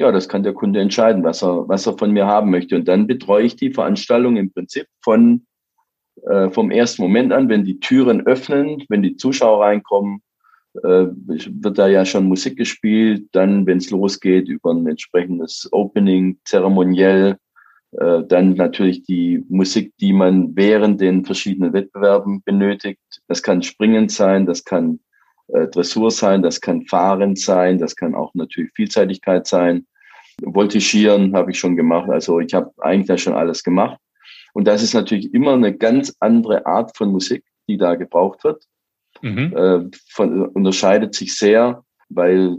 Ja, das kann der Kunde entscheiden, was er von mir haben möchte. Und dann betreue ich die Veranstaltung im Prinzip vom ersten Moment an, wenn die Türen öffnen, wenn die Zuschauer reinkommen, wird da ja schon Musik gespielt. Dann, wenn es losgeht, über ein entsprechendes Opening, zeremoniell. Dann natürlich die Musik, die man während den verschiedenen Wettbewerben benötigt. Das kann Springen sein, das kann Dressur sein, das kann Fahren sein, das kann auch natürlich Vielseitigkeit sein. Voltigieren habe ich schon gemacht. Also ich habe eigentlich da schon alles gemacht. Und das ist natürlich immer eine ganz andere Art von Musik, die da gebraucht wird. Unterscheidet sich sehr, weil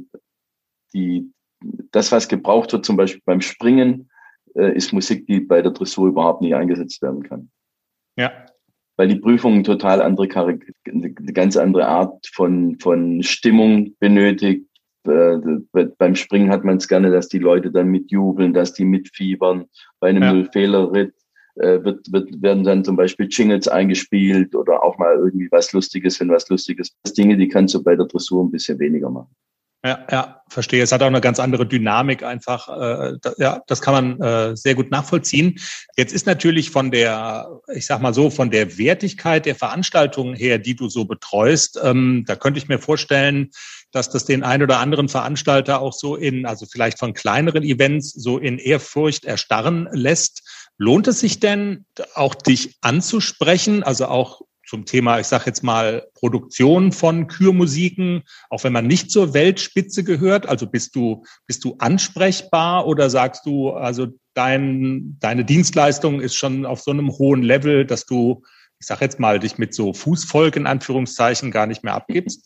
das, was gebraucht wird, zum Beispiel beim Springen, ist Musik, die bei der Dressur überhaupt nicht eingesetzt werden kann. Ja. Weil die Prüfung total eine ganz andere Art von Stimmung benötigt. Beim Springen hat man es gerne, dass die Leute dann mitjubeln, dass die mitfiebern. Bei einem Nullfehlerritt werden dann zum Beispiel Jingles eingespielt oder auch mal irgendwie was Lustiges, wenn was Lustiges ist. Dinge, die kannst du bei der Dressur ein bisschen weniger machen. Ja, verstehe. Es hat auch eine ganz andere Dynamik einfach. Das kann man sehr gut nachvollziehen. Jetzt ist natürlich von der Wertigkeit der Veranstaltungen her, die du so betreust, da könnte ich mir vorstellen, dass das den ein oder anderen Veranstalter auch so also vielleicht von kleineren Events so in Ehrfurcht erstarren lässt. Lohnt es sich denn, auch dich anzusprechen, also auch zum Thema, ich sage jetzt mal, Produktion von Kürmusiken, auch wenn man nicht zur Weltspitze gehört? Also bist du ansprechbar oder sagst du, also deine Dienstleistung ist schon auf so einem hohen Level, dass du, ich sage jetzt mal, dich mit so Fußvolk in Anführungszeichen gar nicht mehr abgibst?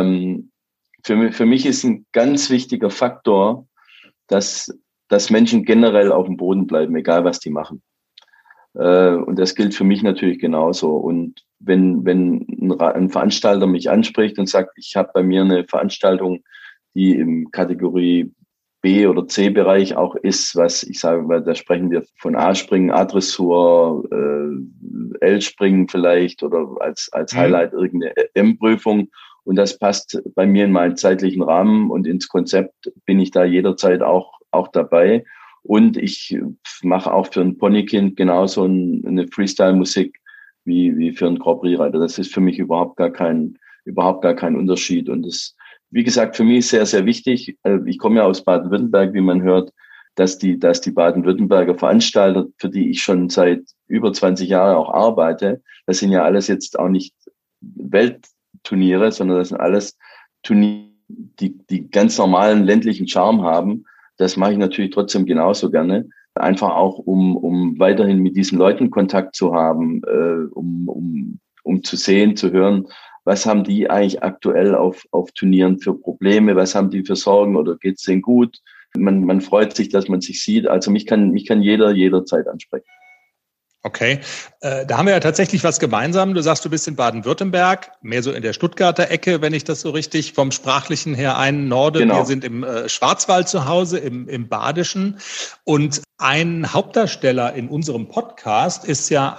Für mich ist ein ganz wichtiger Faktor, dass Menschen generell auf dem Boden bleiben, egal was die machen. Und das gilt für mich natürlich genauso. Und wenn ein Veranstalter mich anspricht und sagt, ich habe bei mir eine Veranstaltung, die im Kategorie B- oder C-Bereich auch ist, was ich sage, weil da sprechen wir von A-Springen, A-Dressur, L-Springen vielleicht oder als Highlight irgendeine M-Prüfung. Und das passt bei mir in meinen zeitlichen Rahmen und ins Konzept bin ich da jederzeit auch dabei. Und ich mache auch für ein Ponykind genauso eine Freestyle-Musik wie für einen Grand Prix-Reiter. Das ist für mich überhaupt gar kein Unterschied. Und das, wie gesagt, für mich ist sehr, sehr wichtig. Ich komme ja aus Baden-Württemberg, wie man hört, dass die Baden-Württemberger Veranstalter, für die ich schon seit über 20 Jahren auch arbeite, das sind ja alles jetzt auch nicht Weltturniere, sondern das sind alles Turniere, die ganz normalen ländlichen Charme haben. Das mache ich natürlich trotzdem genauso gerne. Einfach auch, um weiterhin mit diesen Leuten Kontakt zu haben, um zu sehen, zu hören, was haben die eigentlich aktuell auf Turnieren für Probleme, was haben die für Sorgen oder geht's denen gut? Man freut sich, dass man sich sieht. Also mich kann jeder jederzeit ansprechen. Okay, da haben wir ja tatsächlich was gemeinsam. Du sagst, du bist in Baden-Württemberg, mehr so in der Stuttgarter Ecke, wenn ich das so richtig vom Sprachlichen her einnorde. Genau. Wir sind im Schwarzwald zu Hause, im Badischen. Und ein Hauptdarsteller in unserem Podcast ist ja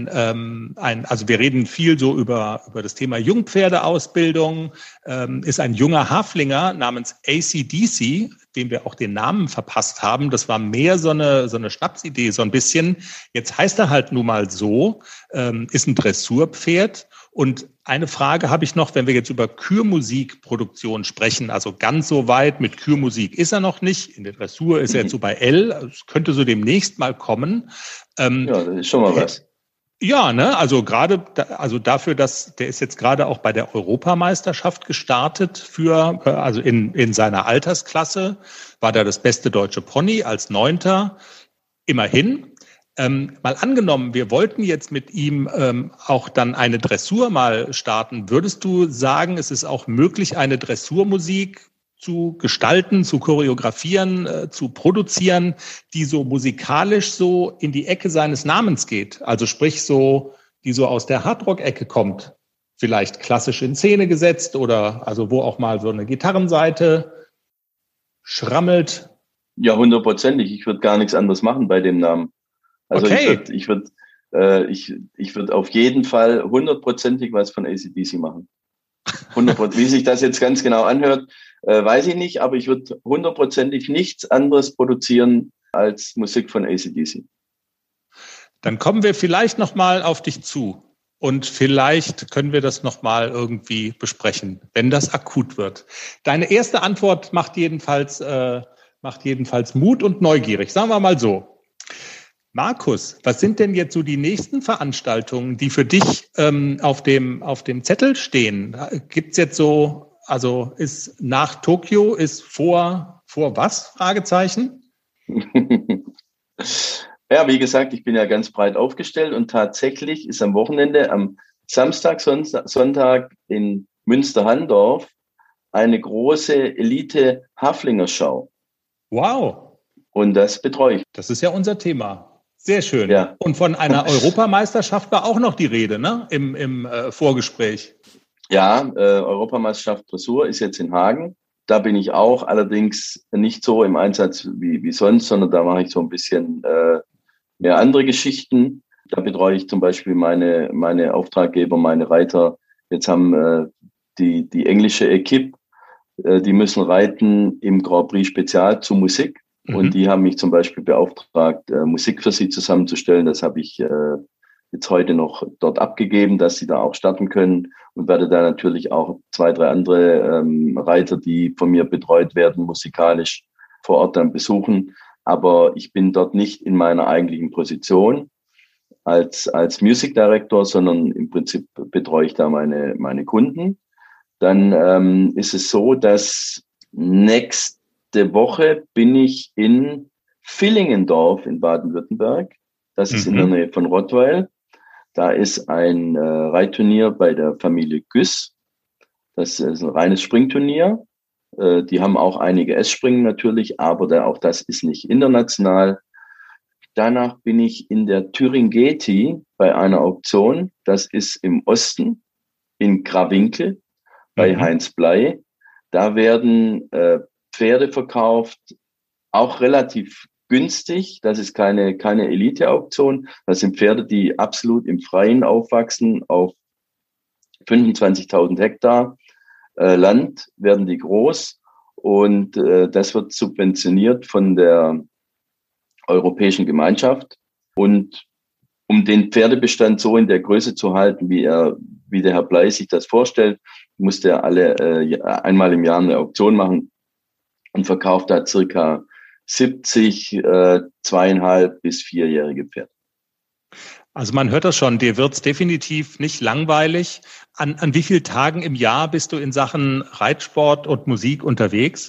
also wir reden viel so über das Thema Jungpferdeausbildung, ist ein junger Haflinger namens AC/DC, dem wir auch den Namen verpasst haben. Das war mehr so eine Schnapsidee, so ein bisschen. Jetzt heißt er halt nun mal so, ist ein Dressurpferd. Und eine Frage habe ich noch, wenn wir jetzt über Kürmusikproduktion sprechen, also ganz so weit mit Kürmusik ist er noch nicht. In der Dressur ist er jetzt so bei L, es könnte so demnächst mal kommen. Ja, das ist schon mal was. Ja, ne, also gerade, also dafür, dass der ist jetzt gerade auch bei der Europameisterschaft gestartet also in seiner Altersklasse, war da das beste deutsche Pony als 9. Immerhin. Mal angenommen, wir wollten jetzt mit ihm auch dann eine Dressur mal starten. Würdest du sagen, es ist auch möglich, eine Dressurmusik zu gestalten, zu choreografieren, zu produzieren, die so musikalisch so in die Ecke seines Namens geht? Also sprich so, die so aus der Hardrock-Ecke kommt. Vielleicht klassisch in Szene gesetzt oder also wo auch mal so eine Gitarrenseite schrammelt. Ja, 100%. Ich würde gar nichts anderes machen bei dem Namen. Also okay. Ich würde auf jeden Fall 100%ig was von AC/DC machen. 100%. Wie sich das jetzt ganz genau anhört, weiß ich nicht, aber ich würde 100%ig nichts anderes produzieren als Musik von AC/DC. Dann kommen wir vielleicht nochmal auf dich zu und vielleicht können wir das nochmal irgendwie besprechen, wenn das akut wird. Deine erste Antwort macht jedenfalls Mut und neugierig, sagen wir mal so. Markus, was sind denn jetzt so die nächsten Veranstaltungen, die für dich auf dem Zettel stehen? Gibt's jetzt so, also ist nach Tokio, ist vor was? Fragezeichen? Ja, wie gesagt, ich bin ja ganz breit aufgestellt und tatsächlich ist am Wochenende, am Samstag, Sonntag in Münster-Handorf eine große Elite-Haflinger-Schau. Wow. Und das betreue ich. Das ist ja unser Thema. Sehr schön. Ja. Und von einer Europameisterschaft war auch noch die Rede, ne? Im Vorgespräch. Ja, Europameisterschaft Dressur ist jetzt in Hagen. Da bin ich auch, allerdings nicht so im Einsatz wie sonst, sondern da mache ich so ein bisschen mehr andere Geschichten. Da betreue ich zum Beispiel meine Auftraggeber, meine Reiter. Jetzt haben die englische Equipe, die müssen reiten im Grand Prix Spezial zu Musik. Und die haben mich zum Beispiel beauftragt, Musik für sie zusammenzustellen. Das habe ich jetzt heute noch dort abgegeben, dass sie da auch starten können und werde da natürlich auch 2, 3 andere Reiter, die von mir betreut werden, musikalisch vor Ort dann besuchen. Aber ich bin dort nicht in meiner eigentlichen Position als Music Director, sondern im Prinzip betreue ich da meine Kunden. Dann ist es so, dass nächste Woche bin ich in Villingendorf in Baden-Württemberg. Das ist in der Nähe von Rottweil. Da ist ein Reitturnier bei der Familie Güss. Das ist ein reines Springturnier. Die haben auch einige S-Springen natürlich, aber auch das ist nicht international. Danach bin ich in der Thüringeti bei einer Auktion. Das ist im Osten, in Grawinkel, bei Heinz Blei. Da werden Pferde verkauft, auch relativ günstig. Das ist keine Elite-Auktion. Das sind Pferde, die absolut im Freien aufwachsen. Auf 25.000 Hektar Land werden die groß. Und das wird subventioniert von der Europäischen Gemeinschaft. Und um den Pferdebestand so in der Größe zu halten, wie der Herr Blei sich das vorstellt, musste er einmal im Jahr eine Auktion machen und verkauft da circa 70 2,5 bis 4-jährige Pferde. Also man hört das schon, dir wird's definitiv nicht langweilig. An wie vielen Tagen im Jahr bist du in Sachen Reitsport und Musik unterwegs?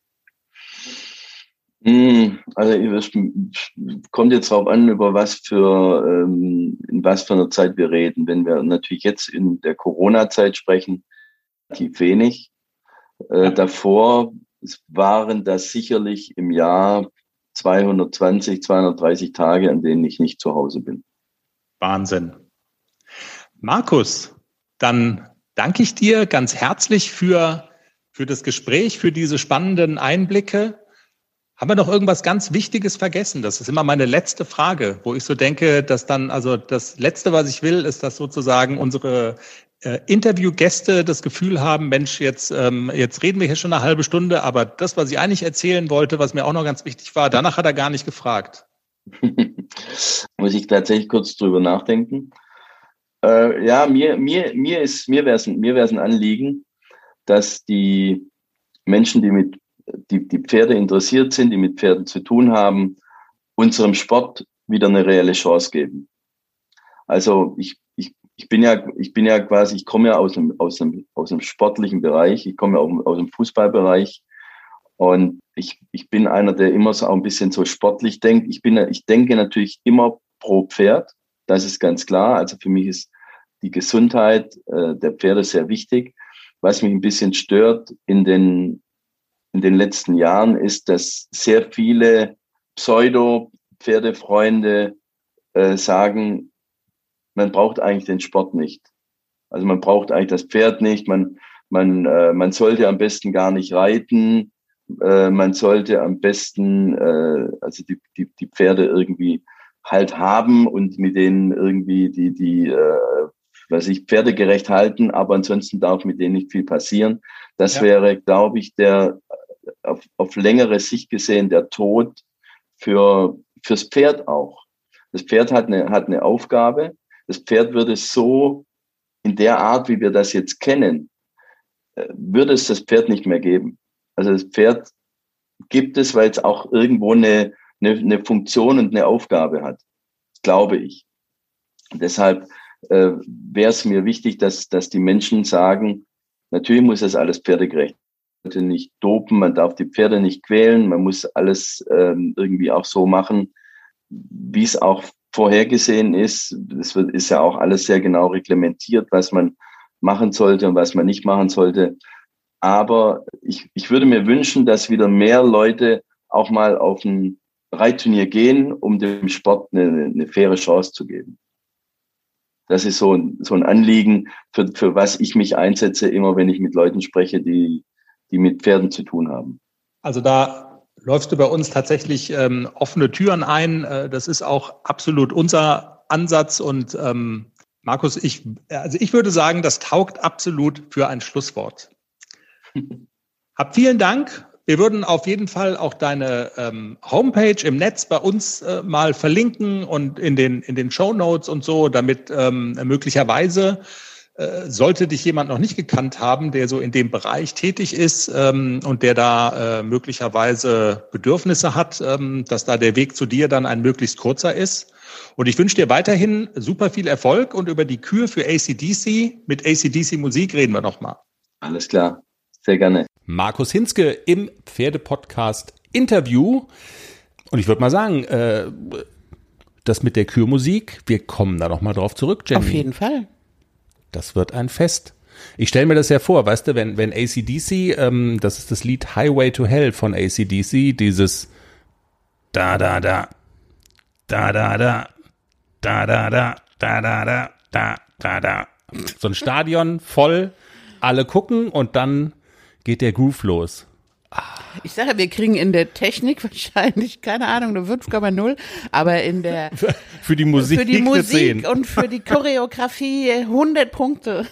Also kommt jetzt drauf an, in was für einer Zeit wir reden. Wenn wir natürlich jetzt in der Corona-Zeit sprechen, relativ wenig. Davor waren das sicherlich im Jahr 220, 230 Tage, an denen ich nicht zu Hause bin. Wahnsinn. Markus, dann danke ich dir ganz herzlich für das Gespräch, für diese spannenden Einblicke. Haben wir noch irgendwas ganz Wichtiges vergessen? Das ist immer meine letzte Frage, wo ich so denke, dass dann, also das Letzte, was ich will, ist, dass sozusagen unsere Interviewgäste das Gefühl haben, Mensch, jetzt reden wir hier schon eine halbe Stunde, aber das, was ich eigentlich erzählen wollte, was mir auch noch ganz wichtig war, danach hat er gar nicht gefragt. Muss ich tatsächlich kurz drüber nachdenken. Ja, mir wäre es ein Anliegen, dass die Menschen, die Pferde interessiert sind, die mit Pferden zu tun haben, unserem Sport wieder eine reelle Chance geben. Also ich bin ja quasi, ich komme ja aus dem sportlichen Bereich, ich komme ja aus dem Fußballbereich und ich bin einer, der immer so auch ein bisschen so sportlich denkt. Ich denke natürlich immer pro Pferd, das ist ganz klar. Also für mich ist die Gesundheit der Pferde sehr wichtig. Was mich ein bisschen stört in den letzten Jahren ist, dass sehr viele Pseudo-Pferdefreunde sagen, man braucht eigentlich den Sport nicht. Also man braucht eigentlich das Pferd nicht. Man sollte am besten gar nicht reiten. Man sollte am besten also die Pferde irgendwie halt haben und mit denen irgendwie die pferdegerecht halten, aber ansonsten darf mit denen nicht viel passieren. Das wäre, glaube ich, auf längere Sicht gesehen der Tod fürs Pferd auch. Das Pferd hat eine Aufgabe. Das Pferd würde so in der Art, wie wir das jetzt kennen, würde es das Pferd nicht mehr geben. Also das Pferd gibt es, weil es auch irgendwo eine Funktion und eine Aufgabe hat, glaube ich. Und deshalb wäre es mir wichtig, dass die Menschen sagen, natürlich muss das alles pferdegerecht sein, nicht dopen, man darf die Pferde nicht quälen, man muss alles irgendwie auch so machen, wie es auch vorhergesehen ist. Ist ja auch alles sehr genau reglementiert, was man machen sollte und was man nicht machen sollte. Aber ich würde mir wünschen, dass wieder mehr Leute auch mal auf ein Reitturnier gehen, um dem Sport eine faire Chance zu geben. Das ist so ein Anliegen, für was ich mich einsetze, immer wenn ich mit Leuten spreche, die mit Pferden zu tun haben. Also da läufst du bei uns tatsächlich offene Türen ein. Das ist auch absolut unser Ansatz. Und Markus, ich würde sagen, das taugt absolut für ein Schlusswort. Hab vielen Dank. Wir würden auf jeden Fall auch deine Homepage im Netz bei uns mal verlinken und in den Shownotes und so, damit möglicherweise sollte dich jemand noch nicht gekannt haben, der so in dem Bereich tätig ist und der da möglicherweise Bedürfnisse hat, dass da der Weg zu dir dann ein möglichst kurzer ist. Und ich wünsche dir weiterhin super viel Erfolg und über die Kür für AC/DC mit AC/DC Musik reden wir nochmal. Alles klar, sehr gerne. Markus Hinzke im Pferdepodcast Interview. Und ich würde mal sagen, das mit der Kürmusik, wir kommen da nochmal drauf zurück, Jenny. Auf jeden Fall. Das wird ein Fest. Ich stelle mir das ja vor, weißt du, wenn AC/DC, das ist das Lied Highway to Hell von AC/DC, dieses da da da da da da da da da da da da da da. So ein Stadion voll, alle gucken und dann geht der Groove los. Ich sage, wir kriegen in der Technik wahrscheinlich, keine Ahnung, eine 5,0, aber in der für die Musik und für die Choreografie 100 Punkte.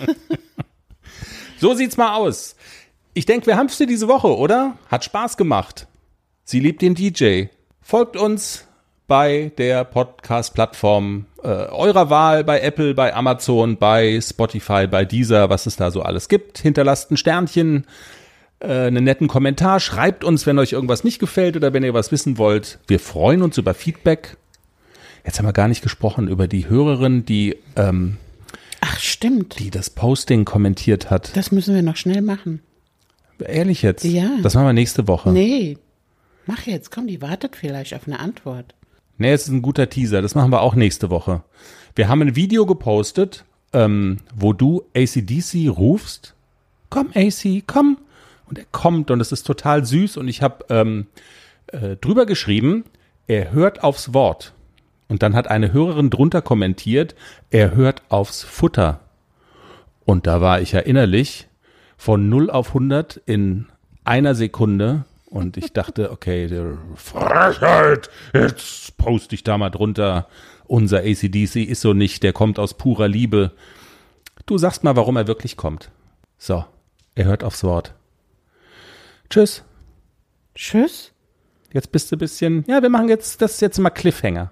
So sieht's mal aus. Ich denke, wir haben's für diese Woche, oder? Hat Spaß gemacht. Sie liebt den DJ. Folgt uns bei der Podcast-Plattform eurer Wahl, bei Apple, bei Amazon, bei Spotify, bei Deezer, was es da so alles gibt. Hinterlasst ein Sternchen, einen netten Kommentar, schreibt uns, wenn euch irgendwas nicht gefällt oder wenn ihr was wissen wollt. Wir freuen uns über Feedback. Jetzt haben wir gar nicht gesprochen über die Hörerin, die Ach, stimmt. Die das Posting kommentiert hat. Das müssen wir noch schnell machen. Ehrlich jetzt? Ja. Das machen wir nächste Woche. Nee, mach jetzt, komm, die wartet vielleicht auf eine Antwort. Nee, es ist ein guter Teaser, das machen wir auch nächste Woche. Wir haben ein Video gepostet, wo du AC/DC rufst. Komm, AC, komm. Und er kommt und es ist total süß und ich habe drüber geschrieben, er hört aufs Wort. Und dann hat eine Hörerin drunter kommentiert, er hört aufs Futter. Und da war ich ja innerlich von 0 auf 100 in einer Sekunde. Und ich dachte, okay, der Frechheit, jetzt poste ich da mal drunter. Unser AC/DC ist so nicht, der kommt aus purer Liebe. Du sagst mal, warum er wirklich kommt. So, er hört aufs Wort. Tschüss. Tschüss? Jetzt bist du ein bisschen, ja, wir machen das ist jetzt mal Cliffhanger.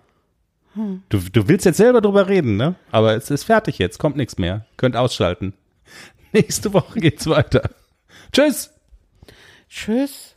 Du willst jetzt selber drüber reden, ne? Aber es ist fertig jetzt, kommt nichts mehr. Könnt ausschalten. Nächste Woche geht's weiter. Tschüss. Tschüss.